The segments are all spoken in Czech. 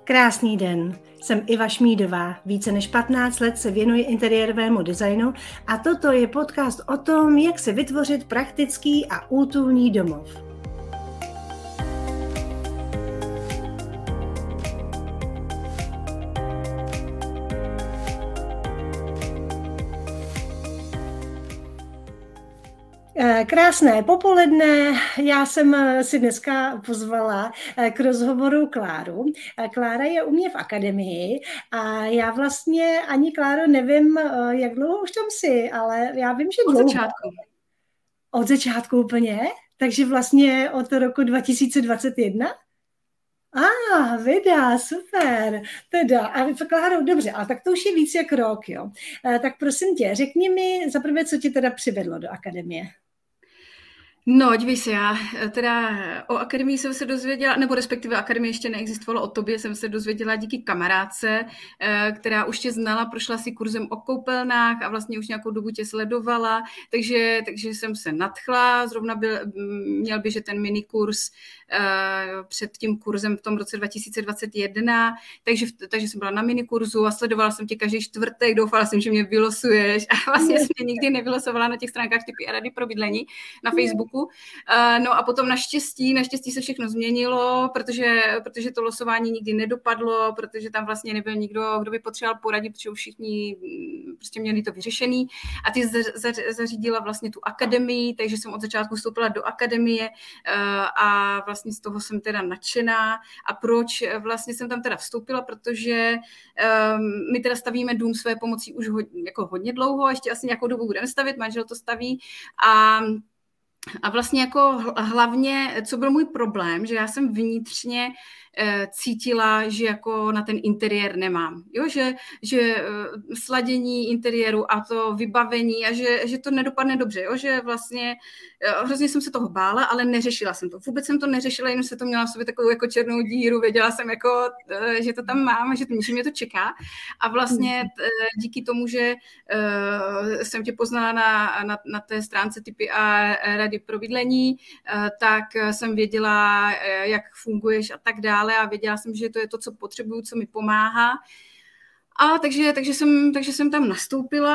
Krásný den, jsem Iva Šmídová. Více než 15 let se věnuji interiérovému designu a toto je podcast o tom, jak si vytvořit praktický a útulný domov. Krásné popoledne, já jsem si dneska pozvala k rozhovoru Kláru. Klára je u mě v akademii a já vlastně ani, Kláro, nevím, jak dlouho už tam jsi, ale já vím, že dlouho. Od začátku. Od začátku úplně? Takže vlastně od roku 2021? Vida, super. Teda, a Kláro, dobře, ale tak to už je víc jak rok, jo. Tak prosím tě, řekni mi zaprvé, co tě teda přivedlo do akademie. No, dívej se, já teda o akademii jsem se dozvěděla, nebo respektive akademie ještě neexistovalo, o tobě jsem se dozvěděla díky kamarádce, která už tě znala, prošla si kurzem o koupelnách a vlastně už nějakou dobu tě sledovala, takže jsem se nadchla, zrovna měl běžet ten minikurs před tím kurzem v tom roce 2021, takže jsem byla na minikurzu a sledovala jsem tě každý čtvrtek, doufala jsem, že mě vylosuješ a vlastně jsem mě nikdy nevylosovala na těch stránkách typy a rady pro bydlení na Facebooku. No a potom naštěstí se všechno změnilo, protože to losování nikdy nedopadlo, protože tam vlastně nebyl nikdo, kdo by potřeboval poradit, protože už všichni prostě měli to vyřešený a ty zařídila vlastně tu akademii, takže jsem od začátku vstoupila do akademie a vlastně z toho jsem teda nadšená. A proč vlastně jsem tam teda vstoupila, protože my teda stavíme dům své pomocí už hodně dlouho, ještě asi nějakou dobu budeme stavět, manžel to staví a vlastně jako hlavně, co byl můj problém, že já jsem vnitřně cítila, že jako na ten interiér nemám. Jo? Že sladění interiéru a to vybavení a že to nedopadne dobře. Jo? Že vlastně hrozně jsem se toho bála, ale neřešila jsem to. Vůbec jsem to neřešila, jenom se to měla v sobě takovou jako černou díru. Věděla jsem, jako, že to tam mám a že mě to čeká. A vlastně díky tomu, že jsem tě poznala na té stránce typy a rady pro bydlení, tak jsem věděla, jak funguješ a tak dále a věděla jsem, že to je to, co potřebuju, co mi pomáhá. A takže jsem tam nastoupila.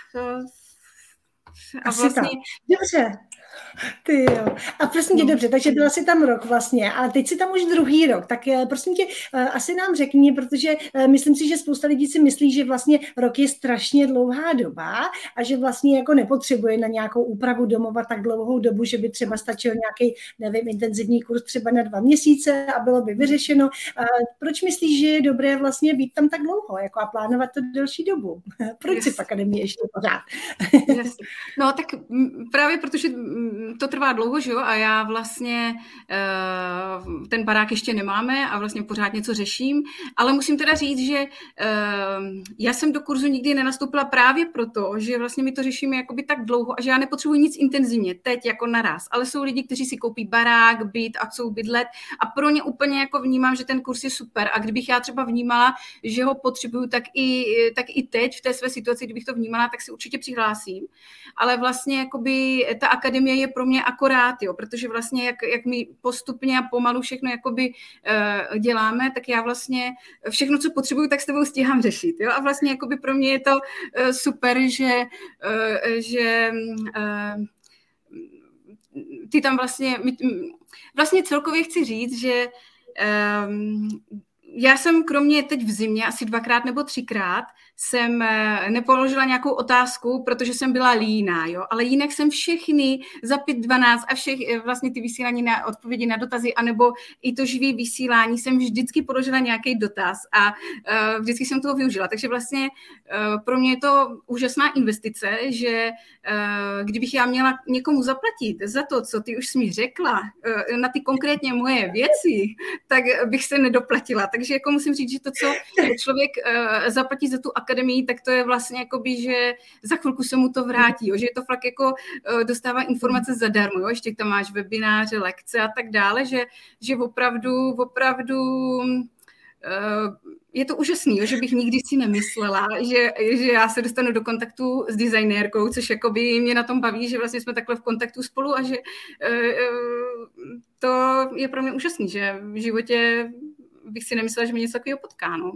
A vlastně... Dobře. Ty jo. A prosím tě, dobře, takže byla jsi tam rok vlastně a teď jsi tam už druhý rok, tak prosím tě, asi nám řekni, protože myslím si, že spousta lidí si myslí, že vlastně rok je strašně dlouhá doba a že vlastně jako nepotřebuje na nějakou úpravu domova tak dlouhou dobu, že by třeba stačil nějaký, nevím, intenzivní kurz třeba na 2 měsíce a bylo by vyřešeno. Proč myslíš, že je dobré vlastně být tam tak dlouho jako a plánovat to delší dobu? Proč jsi v akademii ještě pořád? No tak právě protože to trvá dlouho, že jo, a já vlastně ten barák ještě nemáme a vlastně pořád něco řeším, ale musím teda říct, že já jsem do kurzu nikdy nenastoupila právě proto, že vlastně my to řešíme jakoby tak dlouho a že já nepotřebuji nic intenzivně, teď jako naraz, ale jsou lidi, kteří si koupí barák, byt a chcou bydlet a pro ně úplně jako vnímám, že ten kurz je super a kdybych já třeba vnímala, že ho potřebuju, tak i teď v té své situaci, kdybych to vnímala, tak si určitě přihlásím, ale vlastně jakoby ta akademie je pro mě akorát, jo, protože vlastně jak my postupně a pomalu všechno jakoby děláme, tak já vlastně všechno, co potřebuju, tak s tebou stíhám řešit, jo, a vlastně jakoby pro mě je to super, že ty tam vlastně celkově chci říct, že já jsem kromě teď v zimě asi 2krát nebo 3krát jsem nepoložila nějakou otázku, protože jsem byla líná, jo, ale jinak jsem všechny za 5:12 a vlastně ty vysílání na odpovědi na dotazy, anebo i to živý vysílání jsem vždycky položila nějaký dotaz a vždycky jsem toho využila, takže vlastně pro mě je to úžasná investice, že kdybych já měla někomu zaplatit za to, co ty už jsi mi řekla, na ty konkrétně moje věci, tak bych se nedoplatila, takže jako musím říct, že to, co člověk zaplatí za tu akademii, tak to je vlastně jakoby, že za chvilku se mu to vrátí, jo? Že je to fakt jako dostává informace zadarmo, jo? Ještě tam máš webináře, lekce a tak dále, že opravdu je to úžasný, jo? Že bych nikdy si nemyslela, že já se dostanu do kontaktu s designérkou, což jakoby mě na tom baví, že vlastně jsme takhle v kontaktu spolu a že to je pro mě úžasný, že v životě bych si nemyslela, že mě něco takového potká, no.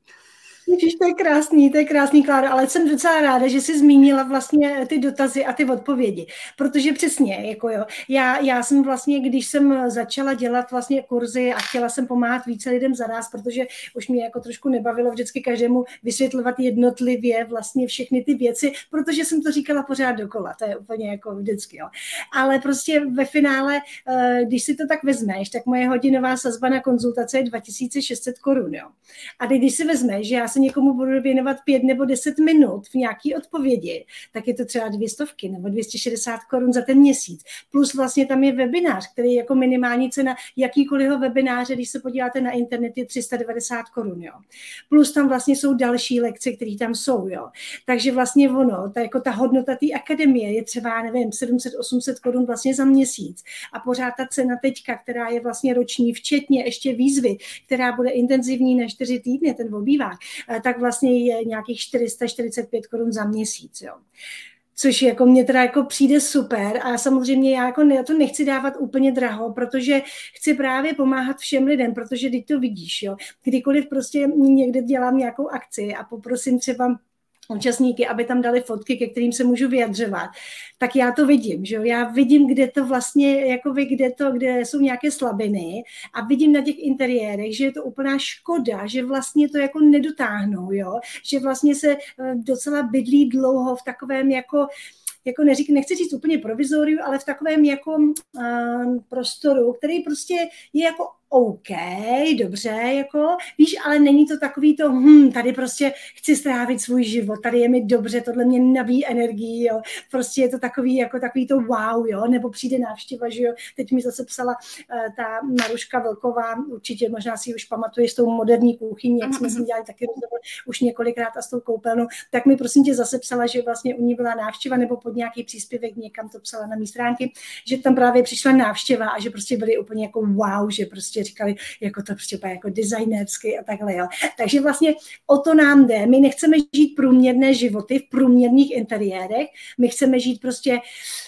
Ježiš, to je krásný, Kláro, ale jsem docela ráda, že jsi zmínila vlastně ty dotazy a ty odpovědi, protože přesně, jako jo, já jsem vlastně, když jsem začala dělat vlastně kurzy a chtěla jsem pomáhat více lidem zaraz, protože už mě jako trošku nebavilo vždycky každému vysvětlovat jednotlivě vlastně všechny ty věci, protože jsem to říkala pořád dokola, to je úplně jako vždycky, jo. Ale prostě ve finále, když si to tak vezmeš, tak moje hodinová sazba na konzultace je 2600 korun, jo. A teď, když si vezmeš, že já se někomu budu věnovat 5 nebo 10 minut v nějaký odpovědi, tak je to třeba 200 nebo 260 korun za ten měsíc. Plus vlastně tam je webinář, který jako minimální cena jakýkoliv webináře, když se podíváte na internet, je 390 korun, jo. Plus tam vlastně jsou další lekce, které tam jsou, jo. Takže vlastně ono, ta hodnota té akademie je třeba, nevím, 700-800 korun vlastně za měsíc. A pořád ta cena teďka, která je vlastně roční, včetně ještě výzvy, která bude intenzivní na 4 týdny, ten obývák, tak vlastně je nějakých 445 korun za měsíc, jo. Což jako mně teda jako přijde super a samozřejmě já to nechci dávat úplně draho, protože chci právě pomáhat všem lidem, protože teď to vidíš, jo. Kdykoliv prostě někde dělám nějakou akci a poprosím třeba účastníky, aby tam dali fotky, ke kterým se můžu vyjadřovat, tak já to vidím, že jo? Já vidím, kde to vlastně, jakoby, kde jsou nějaké slabiny a vidím na těch interiérech, že je to úplná škoda, že vlastně to jako nedotáhnou, jo? Že vlastně se docela bydlí dlouho v takovém jako nechci říct úplně provizoriu, ale v takovém jako prostoru, který prostě je jako OK, dobře, jako, víš, ale není to takový to, tady prostě chci strávit svůj život, tady je mi dobře, tohle mě nabíjí energii, jo, prostě je to takový to wow, jo, nebo přijde návštěva, že jo, teď mi zase psala ta Maruška Velková, určitě možná si ji už pamatuješ s tou moderní kuchyní, jak jsme si dělali taky rozhovor už několikrát a s tou koupelnou, tak mi prosím tě zase psala, že vlastně u ní byla návštěva, nebo pod nějaký příspěvek někam to psala na mý stránky, že tam právě přišla návštěva a že prostě byli úplně jako wow, že prostě říkali, jako to prostě jako designersky a takhle, jo. Takže vlastně o to nám jde. My nechceme žít průměrné životy v průměrných interiérech, my chceme žít prostě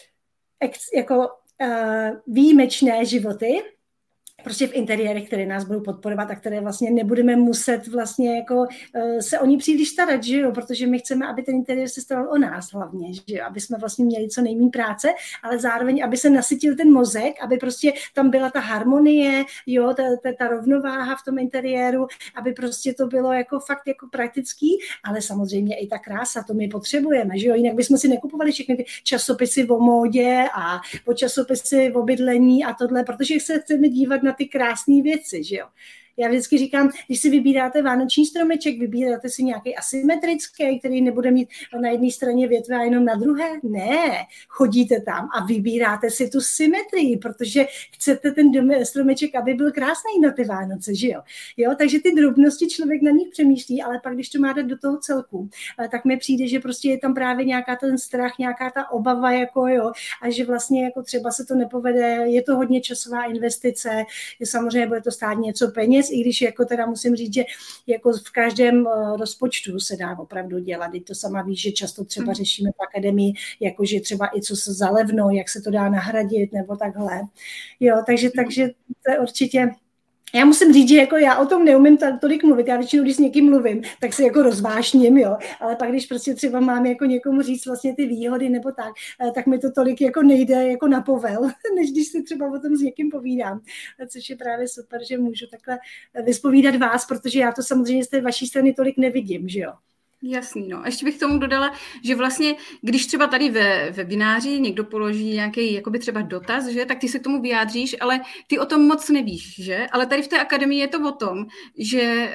výjimečné životy, prostě v interiérech, které nás budou podporovat a které vlastně nebudeme muset vlastně jako se o ní příliš starat, že jo, protože my chceme, aby ten interiér se staral o nás hlavně, že jo, aby jsme vlastně měli co nejméně práce, ale zároveň, aby se nasytil ten mozek, aby prostě tam byla ta harmonie, jo, ta rovnováha v tom interiéru, aby prostě to bylo jako fakt jako praktický, ale samozřejmě i ta krása, to my potřebujeme, že jo, jinak bychom si nekupovali všechny ty časopisy o módě a po časopisy o bydlení a tohle, protože se chceme dívat na ty krásné věci, že jo. Já vždycky říkám, když si vybíráte vánoční stromeček, vybíráte si nějaký asymetrický, který nebude mít na jedné straně větve a jenom na druhé? Ne, chodíte tam a vybíráte si tu symetrii, protože chcete ten stromeček, aby byl krásný na ty Vánoce, že jo. Jo, takže ty drobnosti člověk na nich přemýšlí, ale pak, když to máte do toho celku, tak mi přijde, že prostě je tam právě nějaká ten strach, nějaká ta obava, jako jo, a že vlastně jako třeba se to nepovede, je to hodně časová investice, samozřejmě bude to stát něco peněz, i když jako teda musím říct, že jako v každém rozpočtu se dá opravdu dělat. Teď to sama víš, že často třeba řešíme v akademii, jakože třeba i co se zalevnou, jak se to dá nahradit nebo takhle. Jo, takže to je určitě. Já musím říct, že jako já o tom neumím tolik mluvit. Já většinou, když s někým mluvím, tak se jako rozvášním, jo. Ale pak, když prostě třeba mám jako někomu říct vlastně ty výhody nebo tak mi to tolik jako nejde jako na povel, než když si třeba o tom s někým povídám. Což je právě super, že můžu takhle vyspovídat vás, protože já to samozřejmě z té vaší strany tolik nevidím, že jo. Jasný, no. Ještě bych tomu dodala, že vlastně, když třeba tady ve webináři někdo položí nějaký jakoby třeba dotaz, že, tak ty se k tomu vyjádříš, ale ty o tom moc nevíš, že? Ale tady v té akademii je to o tom, že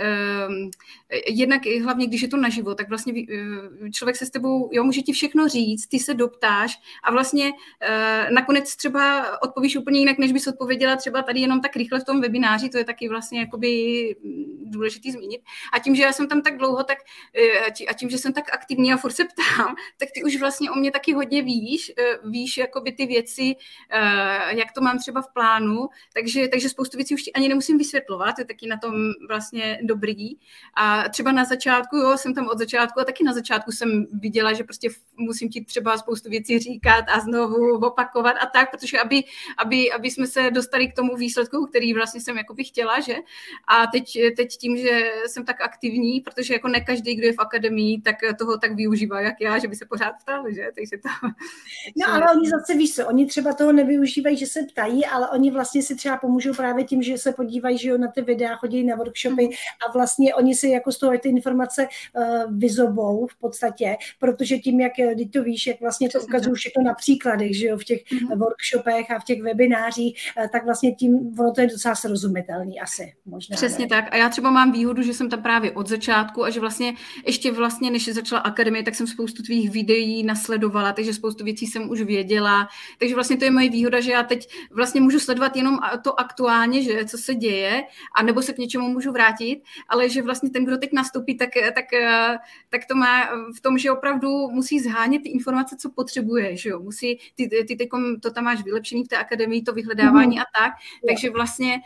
jednak hlavně, když je to naživo, tak vlastně člověk se s tebou, jo, může ti všechno říct, ty se doptáš a vlastně nakonec třeba odpovíš úplně jinak, než bys odpověděla třeba tady jenom tak rychle v tom webináři, to je taky vlastně jakoby důležitý zmínit. A tím, že já jsem tam tak dlouho, tak a tím, že jsem tak aktivní a furt se ptám, tak ty už vlastně o mě taky hodně víš jakoby ty věci, jak to mám třeba v plánu, takže spoustu věcí už ti ani nemusím vysvětlovat, je taky na tom vlastně dobrý. A třeba na začátku, jsem tam od začátku a taky na začátku jsem viděla, že prostě musím ti třeba spoustu věcí říkat a znovu opakovat a tak, protože aby jsme se dostali k tomu výsledku, který vlastně jsem jakoby chtěla, že? A teď tím, že jsem tak aktivní, protože jako ne každý, kdo je v akademii, tak toho tak využívá, jak já, že by se pořád ptali, že? Takže to... No ale oni zase, víš co, oni třeba toho nevyužívají, že se ptají, ale oni vlastně si třeba pomůžou právě tím, že se podívají, že jo, na ty videa, chodí na workshopy a vlastně oni si jako z toho ty informace vyzobou v podstatě, protože tím, jak ty to víš, jak vlastně to ukazují všechno na příkladech, že jo, v těch workshopech a v těch webinářích, tak vlastně tím, ono to je docela srozumitelný asi, možná. Přesně tak. A já třeba mám výhodu, že jsem tam právě od začátku a že vlastně ještě vlastně, než začala akademie, tak jsem spoustu tvých videí nasledovala, takže spoustu věcí jsem už věděla. Takže vlastně to je moje výhoda, že já teď vlastně můžu sledovat jenom to aktuálně, že co se děje, a nebo se k něčemu můžu vrátit, ale že vlastně ten, kdo teď nastoupí, tak to má v tom, že opravdu musí zhánět ty informace, co potřebuje, že jo. Musí, ty to tam máš vylepšený v té akademii, to vyhledávání a tak. Takže vlastně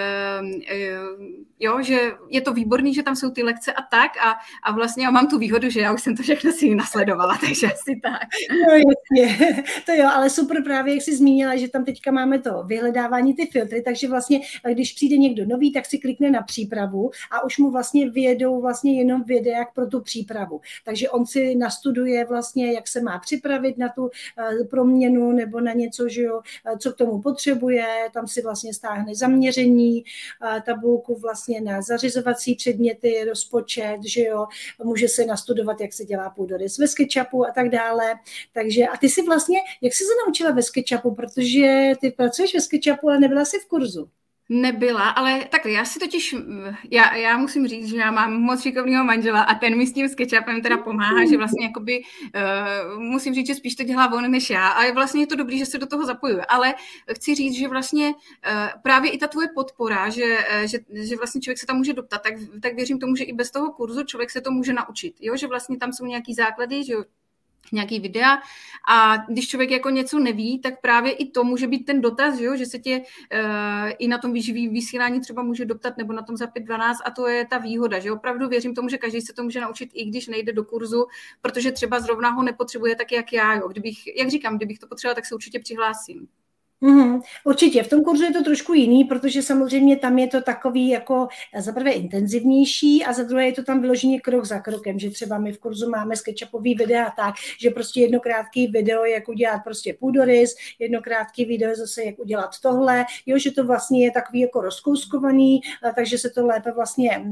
jo, že je to výborný, že tam jsou ty lekce a tak a vlastně já mám tu výhodu, že já už jsem to všechno si nasledovala, takže asi tak. No jasně, to jo, ale super právě, jak jsi zmínila, že tam teďka máme to vyhledávání, ty filtry, takže vlastně, když přijde někdo nový, tak si klikne na přípravu a už mu vlastně vyjedou vlastně jenom videa pro tu přípravu. Takže on si nastuduje vlastně, jak se má připravit na tu proměnu nebo na něco, že jo, co k tomu potřebuje, tam si vlastně stáhne zaměření, tabulku vlastně na zařizovací předměty, rozpočet, že jo, může se nastudovat, jak se dělá půdorys ve SketchUpu a tak dále. Takže a ty si vlastně, jak jsi se naučila ve SketchUpu, protože ty pracuješ ve SketchUpu, ale nebyla jsi v kurzu. Nebyla, ale takhle, já si totiž, já musím říct, že já mám moc šikovného manžela a ten mi s tím SketchUpem teda pomáhá, že vlastně jakoby, musím říct, že spíš to dělá on než já a vlastně je to dobrý, že se do toho zapojuje, ale chci říct, že vlastně právě i ta tvoje podpora, že vlastně člověk se tam může doptat, tak věřím tomu, že i bez toho kurzu člověk se to může naučit, jo, že vlastně tam jsou nějaký základy, že nějaký videa a když člověk jako něco neví, tak právě i to může být ten dotaz, že se tě i na tom vysílání třeba může doptat nebo na tom za 5.12 a to je ta výhoda, že opravdu věřím tomu, že každý se to může naučit, i když nejde do kurzu, protože třeba zrovna ho nepotřebuje tak, jak já. Jo. Kdybych to potřebovala, tak se určitě přihlásím. Určitě, v tom kurzu je to trošku jiný, protože samozřejmě tam je to takový jako za prvé intenzivnější a za druhé je to tam vyloženě krok za krokem, že třeba my v kurzu máme sketchupový videa tak, že prostě jedno krátký video, jak udělat prostě půdorys, jedno krátký video zase, jak udělat tohle, jo, že to vlastně je takový jako rozkouskovaný, takže se to lépe vlastně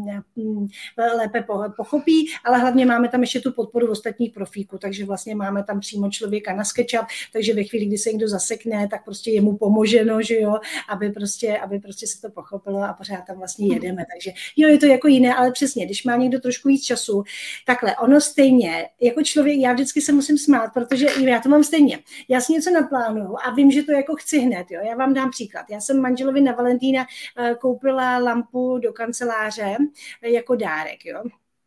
lépe pochopí, ale hlavně máme tam ještě tu podporu ostatních profíků, takže vlastně máme tam přímo člověka na SketchUp, takže ve chvíli, kdy se někdo zasekne, tak prostě mu pomoženo, že jo, aby prostě se to pochopilo a pořád tam vlastně jedeme. Takže jo, je to jako jiné, ale přesně, když má někdo trošku víc času, takhle, ono stejně, jako člověk, já vždycky se musím smát, protože já to mám stejně. Já si něco naplánuju a vím, že to jako chci hned, jo. Já vám dám příklad. Já jsem manželovi na Valentína koupila lampu do kanceláře jako dárek, jo.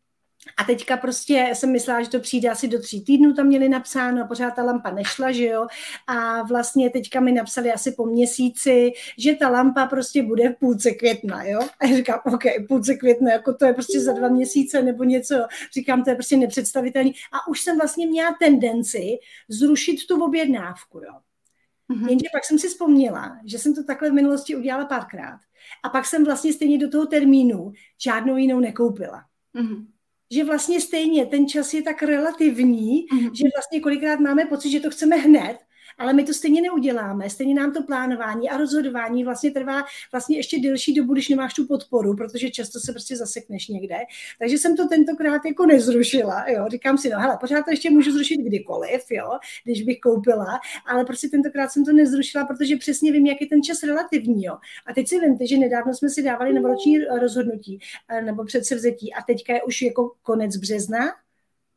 A teďka prostě jsem myslela, že to přijde asi do 3 týdnů, tam měli napsáno a pořád ta lampa nešla, že jo. A vlastně teďka mi napsali asi po měsíci, že ta lampa prostě bude v půlce května, jo. A já říkám, OK, půlce května, jako to je prostě za 2 měsíce nebo něco. Říkám, to je prostě nepředstavitelné. A už jsem vlastně měla tendenci zrušit tu objednávku, jo. Jenže pak jsem si vzpomněla, že jsem to takhle v minulosti udělala párkrát. A pak jsem vlastně stejně do toho termínu žádnou jinou nekoupila. Že vlastně stejně ten čas je tak relativní, že vlastně kolikrát máme pocit, že to chceme hned, ale my to stejně neuděláme, stejně nám to plánování a rozhodování vlastně trvá vlastně ještě delší dobu, když nemáš tu podporu, protože často se prostě zasekneš někde. Takže jsem to tentokrát jako nezrušila, jo, říkám si, no hele, pořád to ještě můžu zrušit kdykoliv, jo, když bych koupila, ale prostě tentokrát jsem to nezrušila, protože přesně vím, jak je ten čas relativní, jo. A teď si vemte, že nedávno jsme si dávali novoroční rozhodnutí nebo předsevzetí a teďka je už jako konec března,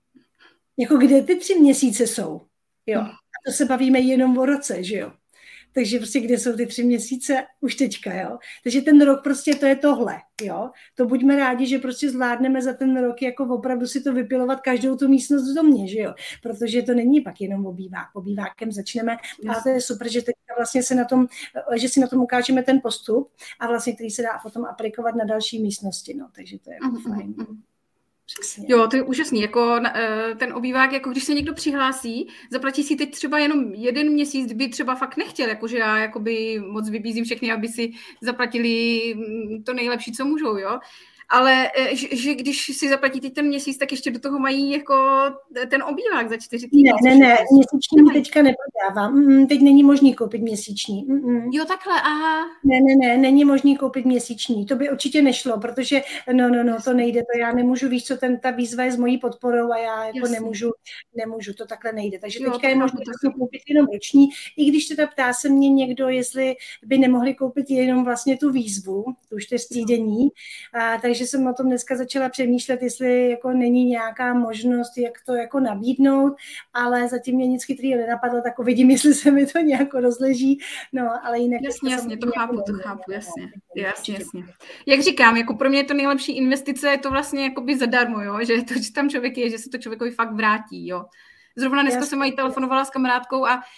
jako kde ty 3 měsíce jsou, jo. To se bavíme jenom o roce, že jo. Takže prostě kde jsou ty 3 měsíce už teďka, jo. Takže ten rok prostě to je tohle, jo. To buďme rádi, že prostě zvládneme za ten rok jako opravdu si to vypilovat každou tu místnost v domě, že jo. Protože to není pak jenom obývák. Obývákem začneme a to je super, že teďka vlastně se na tom, že si na tom ukážeme ten postup a vlastně který se dá potom aplikovat na další místnosti, no. Takže to je jako fajn. Přesně. Jo, to je úžasný, jako ten obývák, jako když se někdo přihlásí, zaplatí si teď třeba jenom 1 měsíc, by třeba fakt nechtěl, jakože já jakoby moc vybízím všechny, aby si zaplatili to nejlepší, co můžou, jo. Ale že když si zaplatí teď ten měsíc, tak ještě do toho mají jako ten obývák za 4 týdny. Ne, měsíční teďka neprodávám. Teď není možný koupit měsíční. Jo, takhle, aha. Ne, není možný koupit měsíční. To by určitě nešlo, protože to nejde, to já nemůžu, víš co, ta výzva je s mojí podporou a já jako nemůžu, to takhle nejde. Takže teďka je možné koupit jenom roční, i když teda ptá se mě někdo, jestli by nemohli koupit jenom vlastně tu výzvu, tu 4týdenní, takže jsem o tom dneska začala přemýšlet, jestli jako není nějaká možnost, jak to jako nabídnout, ale zatím mě nic chytrýho nenapadlo, tak uvidím, jestli se mi to nějak rozleží, no, ale jinak... Jasně, to chápu, jasně. Jak říkám, jako pro mě je to nejlepší investice, je to vlastně jakoby zadarmo, jo, že to, že tam člověk je, že se to člověkovi fakt vrátí, jo. Zrovna dneska jsem mají telefonovala s kamarádkou a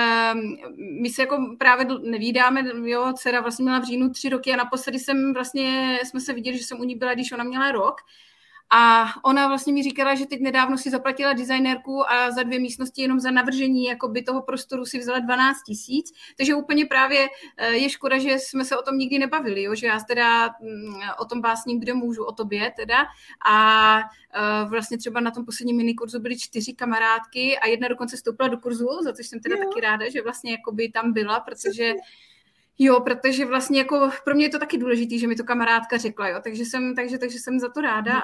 my se jako právě nevídáme, jo, dcera vlastně měla v říjnu 3 roky a naposledy jsme se viděli, že jsem u ní byla, když ona měla rok. A ona vlastně mi říkala, že teď nedávno si zaplatila designérku a za 2 místnosti jenom za navržení jakoby toho prostoru si vzala 12 000. Takže úplně právě je škoda, že jsme se o tom nikdy nebavili, jo? Že já teda o tom básním, kde můžu, o tobě teda. A vlastně třeba na tom posledním minikurzu byly 4 kamarádky a jedna dokonce vstoupila do kurzu, za což jsem teda taky ráda, že vlastně jakoby tam byla, protože vlastně jako pro mě je to taky důležitý, že mi to kamarádka řekla, jo, takže jsem za to ráda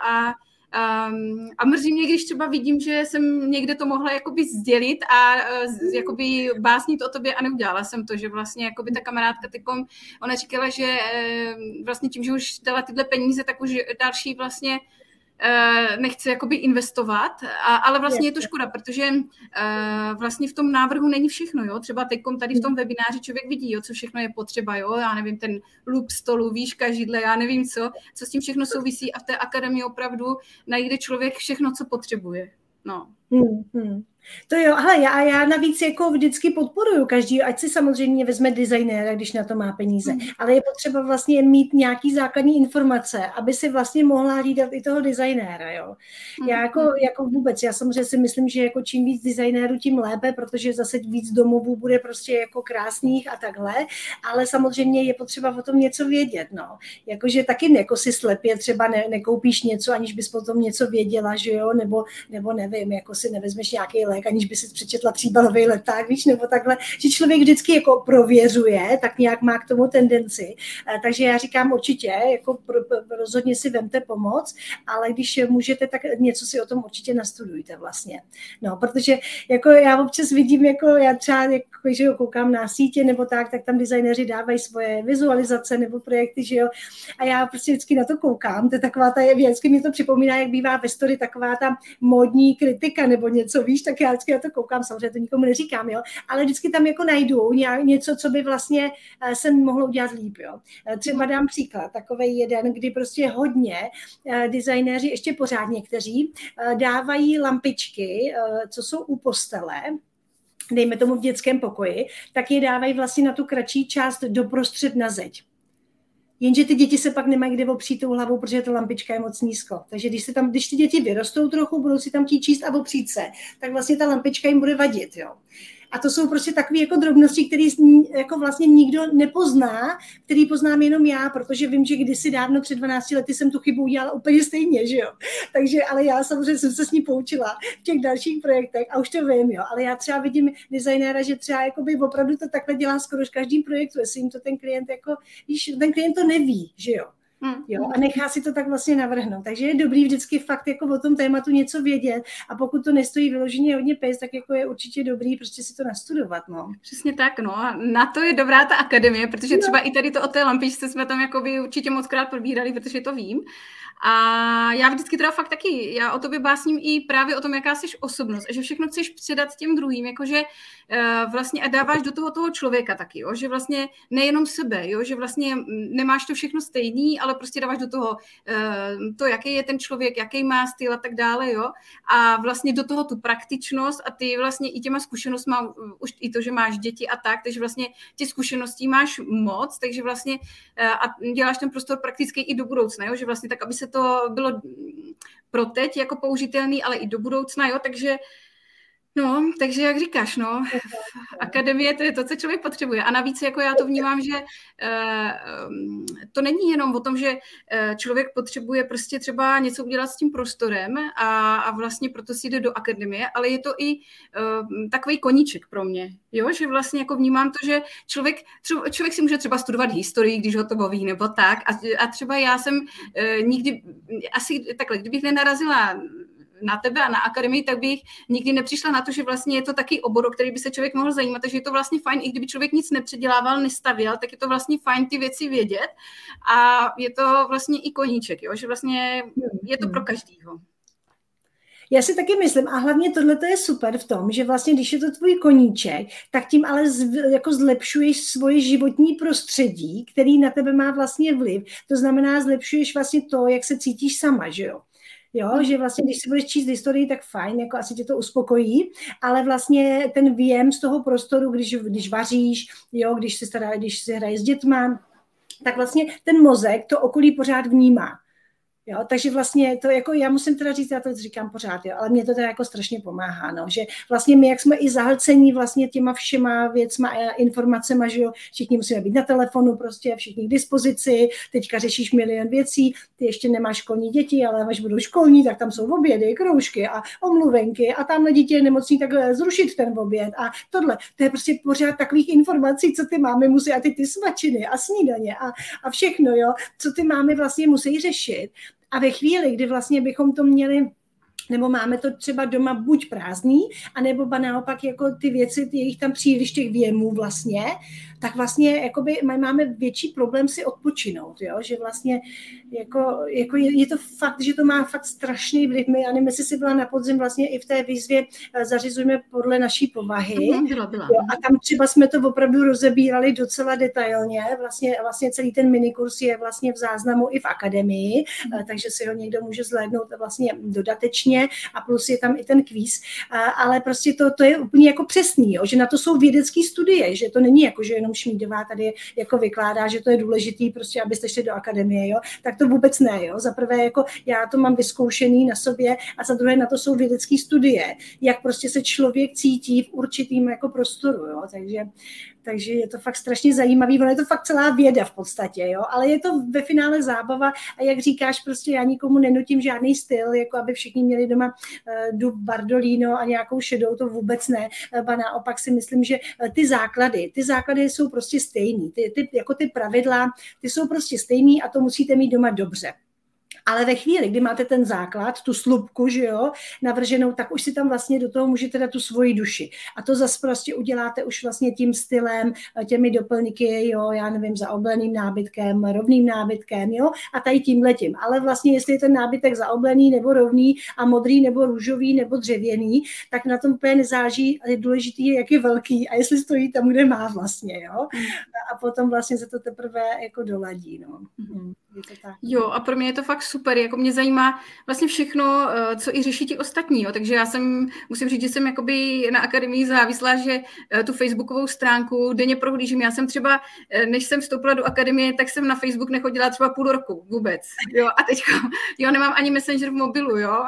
a mrzí mě, když třeba vidím, že jsem někde to mohla jakoby sdělit a jakoby básnit o tobě a neudělala jsem to, že vlastně jakoby ta kamarádka tykom, ona říkala, že vlastně tím, že už dala tyhle peníze, tak už další vlastně nechce jakoby investovat, ale vlastně je to škoda, protože vlastně v tom návrhu není všechno, jo, třeba teďkom tady v tom webináři člověk vidí, jo, co všechno je potřeba, jo, já nevím, ten lup stolu, výška židle, já nevím co s tím všechno souvisí a v té akademii opravdu najde člověk všechno, co potřebuje, no. To jo, ale já navíc jako vždycky podporuju každý, ať si samozřejmě vezme designéra, když na to má peníze, ale je potřeba vlastně mít nějaký základní informace, aby si vlastně mohla hlídat i toho designéra, jo. Já jako vůbec, já samozřejmě si myslím, že jako čím víc designérů, tím lépe, protože zase víc domovů bude prostě jako krásných a takhle, ale samozřejmě je potřeba o tom něco vědět, no. Jakože taky jako si slepě třeba nekoupíš něco, aniž bys potom něco věděla, že jo, nebo nevím, jako si nevezmeš nějaký lék, aniž by si přečetla 3balový leták, víš, nebo takhle, že člověk vždycky jako prověřuje, tak nějak má k tomu tendenci. Takže já říkám určitě, jako rozhodně si vemte pomoc, ale když můžete, tak něco si o tom určitě nastudujte vlastně. No, protože jako já občas vidím, jako já třeba, jako, že jo, koukám na sítě nebo tak tam designéři dávají svoje vizualizace nebo projekty, že jo, a já prostě vždycky na to koukám, to je taková ta, vždycky mi to připomíná, jak bývá ve story taková ta módní kritika nebo něco, víš, tak já vždycky na to koukám, samozřejmě to nikomu neříkám, jo, ale vždycky tam jako najdu něco, co by vlastně se mohlo udělat líp, jo. Třeba dám příklad, takovej jeden, kdy prostě hodně designéři, ještě pořád někteří, dávají lampičky, co jsou u postele, dejme tomu v dětském pokoji, tak je dávají vlastně na tu kratší část doprostřed na zeď. Jenže ty děti se pak nemají kde opřít tou hlavou, protože ta lampička je moc nízko. Takže když ty děti vyrostou trochu, budou si tam chtít číst a opřít se, tak vlastně ta lampička jim bude vadit, jo. A to jsou prostě takové jako drobnosti, které jako vlastně nikdo nepozná, který poznám jenom já, protože vím, že kdysi dávno před 12 lety jsem tu chybu udělala úplně stejně, že jo. Takže, ale já samozřejmě jsem se s ní poučila v těch dalších projektech a už to vím, jo. Ale já třeba vidím designéra, že třeba jakoby opravdu to takhle dělá skoro v každém projektu, jestli jim to ten klient jako, víš, ten klient to neví, že jo. Jo, a nechá si to tak vlastně navrhnout. Takže je dobrý vždycky fakt jako o tom tématu něco vědět a pokud to nestojí vyloženě hodně peněz, tak jako je určitě dobrý prostě si to nastudovat, no. Přesně tak, no. A na to je dobrá ta akademie, protože třeba i tady to o té lampičce jsme tam jakoby určitě mockrát probírali, protože to vím. A já vždycky teda fakt taky, já o tobě básním i právě o tom, jaká jsi osobnost, že všechno chceš předat těm druhým, jakože vlastně a dáváš do toho člověka taky, jo? Že vlastně nejenom sebe, jo? Že vlastně nemáš to všechno stejný, ale prostě dáváš do toho to, jaký je ten člověk, jaký má styl a tak dále, jo? A vlastně do toho tu praktičnost a ty vlastně i těma zkušenostmi, už i to, že máš děti a tak, takže vlastně ty zkušeností máš moc, takže vlastně a děláš ten prostor praktický i do budoucna, jo? Že vlastně tak, aby se to bylo pro teď jako použitelný, ale i do budoucna, jo, takže jak říkáš, no, akademie to je to, co člověk potřebuje a navíc jako já to vnímám, že to není jenom o tom, že člověk potřebuje prostě třeba něco udělat s tím prostorem a vlastně proto si jde do akademie, ale je to i takový koníček pro mě, jo, že vlastně jako vnímám to, že člověk si může třeba studovat historii, když ho to baví, nebo tak a třeba já jsem nikdy, asi takhle, kdybych nenarazila na tebe a na akademii, tak bych nikdy nepřišla na to, že vlastně je to taky obor, o který by se člověk mohl zajímat, takže je to vlastně fajn, i kdyby člověk nic nepředělával, nestavěl, tak je to vlastně fajn ty věci vědět a je to vlastně i koníček, jo? Že vlastně je to pro každýho. Já si taky myslím, a hlavně tohle je super v tom, že vlastně, když je to tvůj koníček, tak tím ale jako zlepšuješ svoje životní prostředí, který na tebe má vlastně vliv. To znamená, zlepšuješ vlastně to, jak se cítíš sama, že jo? Jo, že vlastně, když si budeš číst historii, tak fajn, jako asi tě to uspokojí, ale vlastně ten věm z toho prostoru, když vaříš, jo, když si hraje s dětma, tak vlastně ten mozek to okolí pořád vnímá. Jo, takže vlastně to jako, já musím teda říct, já to říkám pořád, jo, ale mě to teda jako strašně pomáhá, no, že vlastně my, jak jsme i zahlcení vlastně těma všema věcma a informacema, že jo, všichni musíme být na telefonu prostě, všichni k dispozici, teďka řešíš milion věcí, ty ještě nemáš školní děti, ale až budou školní, tak tam jsou obědy, kroužky a omluvenky a tamhle dítě je nemocný, tak zrušit ten oběd a tohle, to je prostě pořád takových informací, co ty máme musí a ty svačiny a snídaně a všechno, jo, co ty máme vlastně musí řešit. A ve chvíli, kdy vlastně bychom to měli, nebo máme to třeba doma buď prázdný, anebo naopak jako ty věci, je jich tam příliš těch věmů vlastně, tak vlastně jakoby máme větší problém si odpočinout, jo? Že vlastně jako je to fakt, že to má fakt strašný vliv. My, já nevím, jestli si byla na podzim vlastně i v té výzvě zařizujeme podle naší povahy. Byla. Jo? A tam třeba jsme to opravdu rozebírali docela detailně. Vlastně celý ten minikurs je vlastně v záznamu i v akademii, takže si ho někdo může zhlédnout vlastně dodatečně a plus je tam i ten kvíz. Ale prostě to je úplně jako přesný, jo? Že na to jsou vědecké studie, že to není jako, že jenom Šmídová tady jako vykládá, že to je důležitý prostě, abyste šli do akademie, jo? Tak to vůbec ne, jo? Za prvé jako já to mám vyzkoušený na sobě a za druhé na to jsou vědecké studie, jak prostě se člověk cítí v určitým jako prostoru, jo? Takže je to fakt strašně zajímavý, ono je to fakt celá věda v podstatě, jo? Ale je to ve finále zábava a jak říkáš, prostě já nikomu nenutím žádný styl, jako aby všichni měli doma dub, bardolíno a nějakou šedou, to vůbec ne, ba naopak si myslím, že ty základy jsou prostě stejný, ty pravidla, ty jsou prostě stejný a to musíte mít doma dobře. Ale ve chvíli, kdy máte ten základ, tu slupku, že jo, navrženou, tak už si tam vlastně do toho můžete dát tu svoji duši. A to zase prostě uděláte už vlastně tím stylem, těmi doplňky, jo, já nevím, zaobleným nábytkem, rovným nábytkem, jo, a tady tímhletím. Ale vlastně, jestli je ten nábytek zaoblený nebo rovný a modrý nebo růžový nebo dřevěný, tak na tom úplně nezáží, ale důležitý je, jak je velký a jestli stojí tam, kde má vlastně, jo. A potom vlastně se to teprve jako doladí, no. Jo, a pro mě je to fakt super, jako mě zajímá vlastně všechno, co i řeší ti ostatní, jo. Takže já musím říct, že jsem jakoby na akademii závislá, že tu facebookovou stránku denně prohlížím. Já jsem třeba, než jsem vstoupila do akademie, tak jsem na Facebook nechodila třeba půl roku vůbec, jo, a teďka, jo, nemám ani Messenger v mobilu, jo,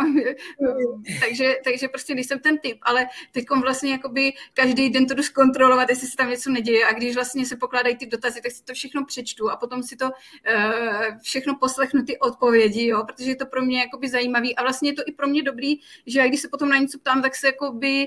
takže prostě nejsem ten typ, ale teďkom vlastně jakoby každý den to jdu zkontrolovat, jestli se tam něco neděje a když vlastně se pokládají ty dotazy, tak si to všechno přečtu a potom si to všechno poslechnu ty odpovědi, jo, protože je to pro mě jakoby zajímavý a vlastně je to i pro mě dobrý, že když se potom na něco ptám, tak se jakoby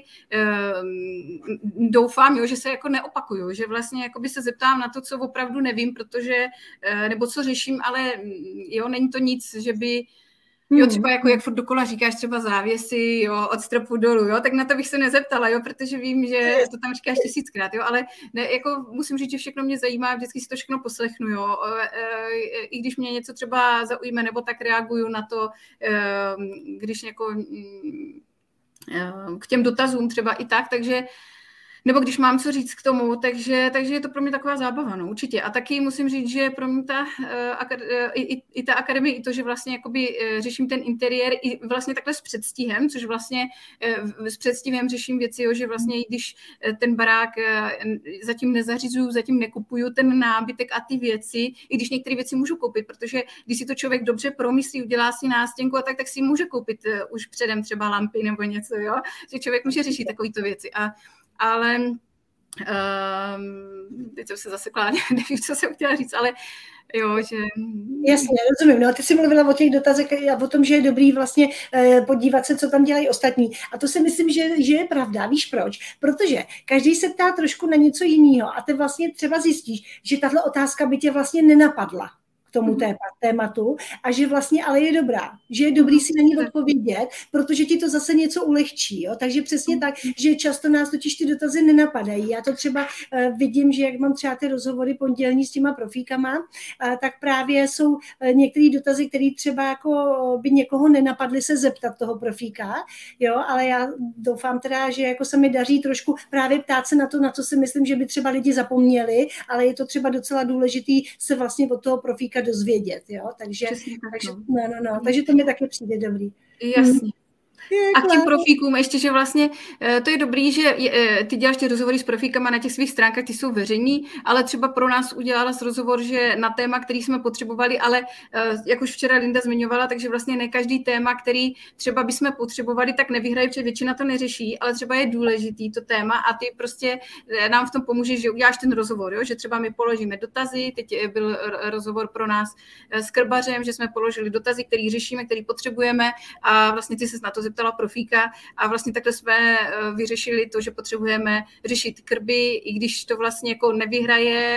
doufám, jo, že se jako neopakuju, že vlastně jakoby se zeptám na to, co opravdu nevím, protože, nebo co řeším, ale jo, není to nic, že by jo, třeba jako jak furt dokola říkáš třeba závěsy, jo, od stropu dolů, jo, tak na to bych se nezeptala, jo, protože vím, že to tam říkáš 1000krát, jo, ale ne, jako musím říct, že všechno mě zajímá, vždycky si to všechno poslechnu, jo, i když mě něco třeba zaujme, nebo tak reaguju na to, když jako k těm dotazům třeba i tak, takže nebo když mám co říct k tomu, takže je to pro mě taková zábava, no, určitě. A taky musím říct, že pro mě i ta akademie, i to, že vlastně jakoby řeším ten interiér i vlastně takhle s předstihem, což vlastně s předstihem řeším věci, jo, že vlastně i když ten barák zatím nezařizuju, zatím nekupuju ten nábytek a ty věci, i když některé věci můžu koupit, protože když si to člověk dobře promyslí, udělá si nástěnku a tak si může koupit už předem třeba lampy nebo něco, jo, že člověk může řešit takovýto věci. Ale teď jsem se zasekla, nevím, co jsem chtěla říct, ale jo, že... Jasně, rozumím. No a ty jsi mluvila o těch dotazech a o tom, že je dobrý vlastně podívat se, co tam dělají ostatní. A to si myslím, že je pravda. Víš proč? Protože každý se ptá trošku na něco jiného a ty vlastně třeba zjistíš, že tahle otázka by tě vlastně nenapadla k tomu tématu a že vlastně ale je dobrá, že je dobrý si na ní odpovědět, protože ti to zase něco ulehčí. Jo? Takže přesně tak, že často nás totiž ty dotazy nenapadají. Já to třeba vidím, že jak mám třeba ty rozhovory pondělní s těma profíkama, tak právě jsou některé dotazy, které třeba jako by někoho nenapadly se zeptat toho profíka, jo? Ale já doufám teda, že jako se mi daří trošku právě ptát se na to, na co si myslím, že by třeba lidi zapomněli, ale je to třeba docela důležitý se vlastně od toho profíka dozvědět, jo, takže to mi taky přijde dobrý. Jasně. A k těm profíkům ještě, že vlastně to je dobrý, že ty děláš ty rozhovory s profíkama na těch svých stránkách, ty jsou veřejní, ale třeba pro nás udělala rozhovor, že na téma, který jsme potřebovali, ale jak už včera Linda zmiňovala, takže vlastně ne každý téma, který třeba bychom potřebovali, tak nevyhraje, protože většina to neřeší, ale třeba je důležitý to téma a ty prostě nám v tom pomůžeš, že uděláš ten rozhovor, jo? Že třeba my položíme dotazy, teď byl rozhovor pro nás s krbařem, že jsme položili dotazy, který řešíme, který potřebujeme a vlastně ty se na to zeptala profíka a vlastně takhle jsme vyřešili to, že potřebujeme řešit krby, i když to vlastně jako nevyhraje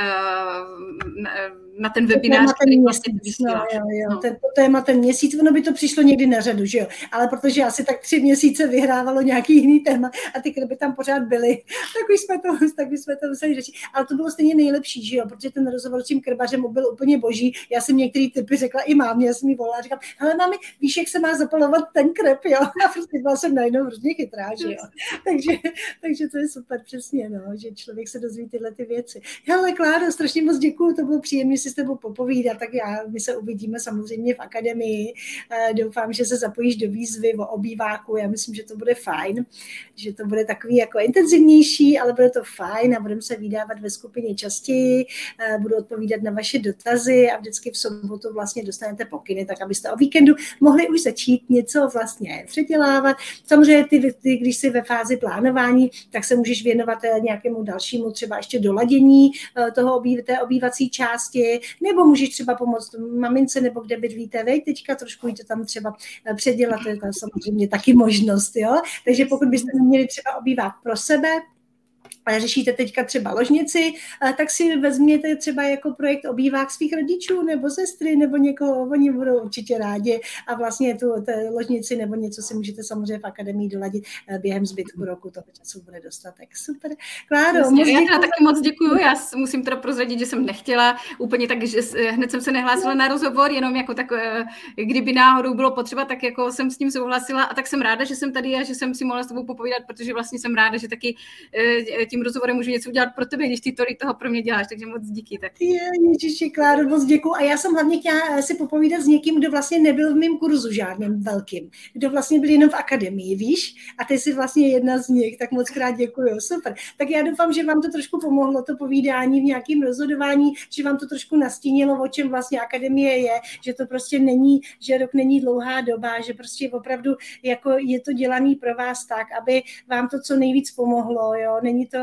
na ten webinář, který vlastně vysíláš. To téma ten měsíc, ono by to přišlo někdy na řadu, že jo, ale protože asi tak 3 měsíce vyhrávalo nějaký jiný téma a ty krby tam pořád byly, tak bychom to museli řešit. Ale to bylo stejně nejlepší, že jo, protože ten rozhovor s tím krbařem byl úplně boží. Já jsem některý typy řekla i mámě, já jsem jí volala a říkám, hele mami, víš, jak se má zapalovat ten kreb, jo? A prostě byla jsem najednou hrozně chytrá, že jo. Takže to je super, přesně, no, že člověk se dozví tyhle ty věci. Hele, Kláro, strašně moc děkuju, to bylo příjemné si s tebou popovídat, tak my se uvidíme samozřejmě v akademii. Doufám, že se zapojíš do výzvy o obýváku, já myslím, že to bude fajn, že to bude takový jako intenzivnější, ale bude to fajn a budeme se vydávat ve skupině častěji, budu odpovídat na vaše dotazy a vždycky v sobotu vlastně dostanete pokyny, tak abyste o víkendu mohli už začít něco vlastně předělávat. Samozřejmě ty, když jsi ve fázi plánování, tak se můžeš věnovat nějakému dalšímu třeba ještě doladění té obývací části, nebo můžeš třeba pomoct mamince, nebo kde bydlíte vy, teďka trošku jí to tam třeba předělat, to je tam samozřejmě taky možnost, jo. Takže pokud byste měli třeba obývat pro sebe, řešíte teďka třeba ložnici, tak si vezměte třeba jako projekt obývák svých rodičů nebo sestry nebo někoho, oni budou určitě rádi a vlastně tu ložnici nebo něco si můžete samozřejmě v akademii doladit během zbytku roku, toho času bude dostatek. Super. Kláro, já taky moc děkuju, já musím teda prozradit, že jsem nechtěla úplně tak, že hned jsem se nehlásila na rozhovor, jenom jako tak, kdyby náhodou bylo potřeba, tak jako jsem s tím souhlasila a tak jsem ráda, že jsem tady a že jsem si mohla s tebou popovídat, protože vlastně jsem ráda, že taky tím rozhovorem můžu něco udělat pro tebe, když ty tolik toho pro mě děláš, takže moc díky. Tak. Ježiši, Kláro, moc děkuju. A já jsem hlavně chtěla si popovídat s někým, kdo vlastně nebyl v mém kurzu žádným velkým, kdo vlastně byl jenom v akademii, víš? A ty jsi vlastně jedna z nich, tak moc krát děkuju, super. Tak já doufám, že vám to trošku pomohlo, to povídání v nějakém rozhodování, že vám to trošku nastínilo, o čem vlastně akademie je, že to prostě není, že rok není dlouhá doba, že prostě opravdu jako je to dělaný pro vás tak, aby vám to co nejvíc pomohlo, jo? Není to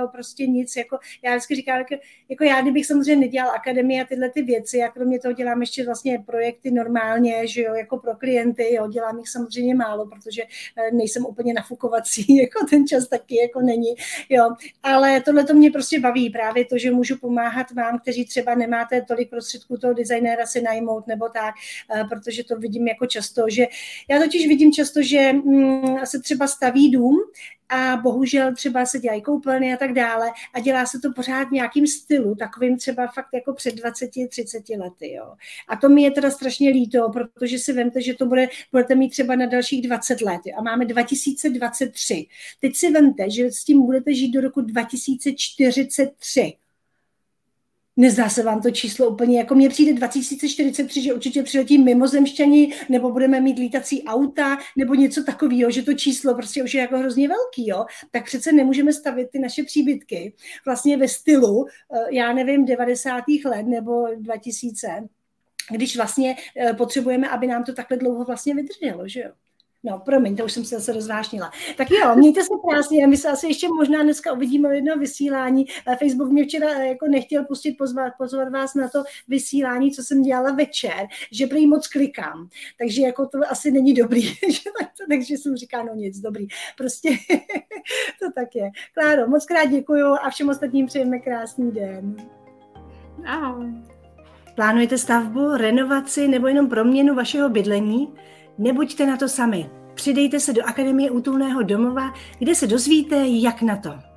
jo, prostě nic, jako já vždycky říkám, jako já, kdybych samozřejmě nedělal akademii a tyhle ty věci, a kromě toho dělám ještě vlastně projekty normálně, že jo, jako pro klienty, jo, dělám jich samozřejmě málo, protože nejsem úplně nafukovací, jako ten čas taky jako není, jo, ale tohle to mě prostě baví, právě to, že můžu pomáhat vám, kteří třeba nemáte tolik prostředků toho designéra si najmout nebo tak, protože to vidím jako často, že já totiž vidím často, že se třeba staví dům a bohužel třeba se dělají koupelny a tak dále a dělá se to pořád v nějakým stylu, takovým třeba fakt jako před 20-30 lety. Jo. A to mi je teda strašně líto, protože si vemte, že to budete mít třeba na dalších 20 let a máme 2023. Teď si vemte, že s tím budete žít do roku 2043. Nezdá se vám to číslo úplně, jako mně přijde 2043, že určitě přiletí mimozemšťani, nebo budeme mít lítací auta, nebo něco takového, že to číslo prostě už je jako hrozně velký, jo? Tak přece nemůžeme stavit ty naše příbytky vlastně ve stylu, já nevím, 90. let nebo 2000, když vlastně potřebujeme, aby nám to takhle dlouho vlastně vydrželo, že jo? No, promiň, to už jsem se zase rozvášnila. Tak jo, mějte se krásně, my se asi ještě možná dneska uvidíme o jedno vysílání. Facebook mě včera jako nechtěl pustit, pozvat vás na to vysílání, co jsem dělala večer, že prý moc klikám, takže jako to asi není dobrý, takže jsem říkala, no nic, dobrý, prostě to tak je. Kláro, moc krát děkuju a všem ostatním přejeme krásný den. Ahoj. Plánujete stavbu, renovaci nebo jenom proměnu vašeho bydlení? Nebuďte na to sami. Přidejte se do Akademie útulného domova, kde se dozvíte, jak na to.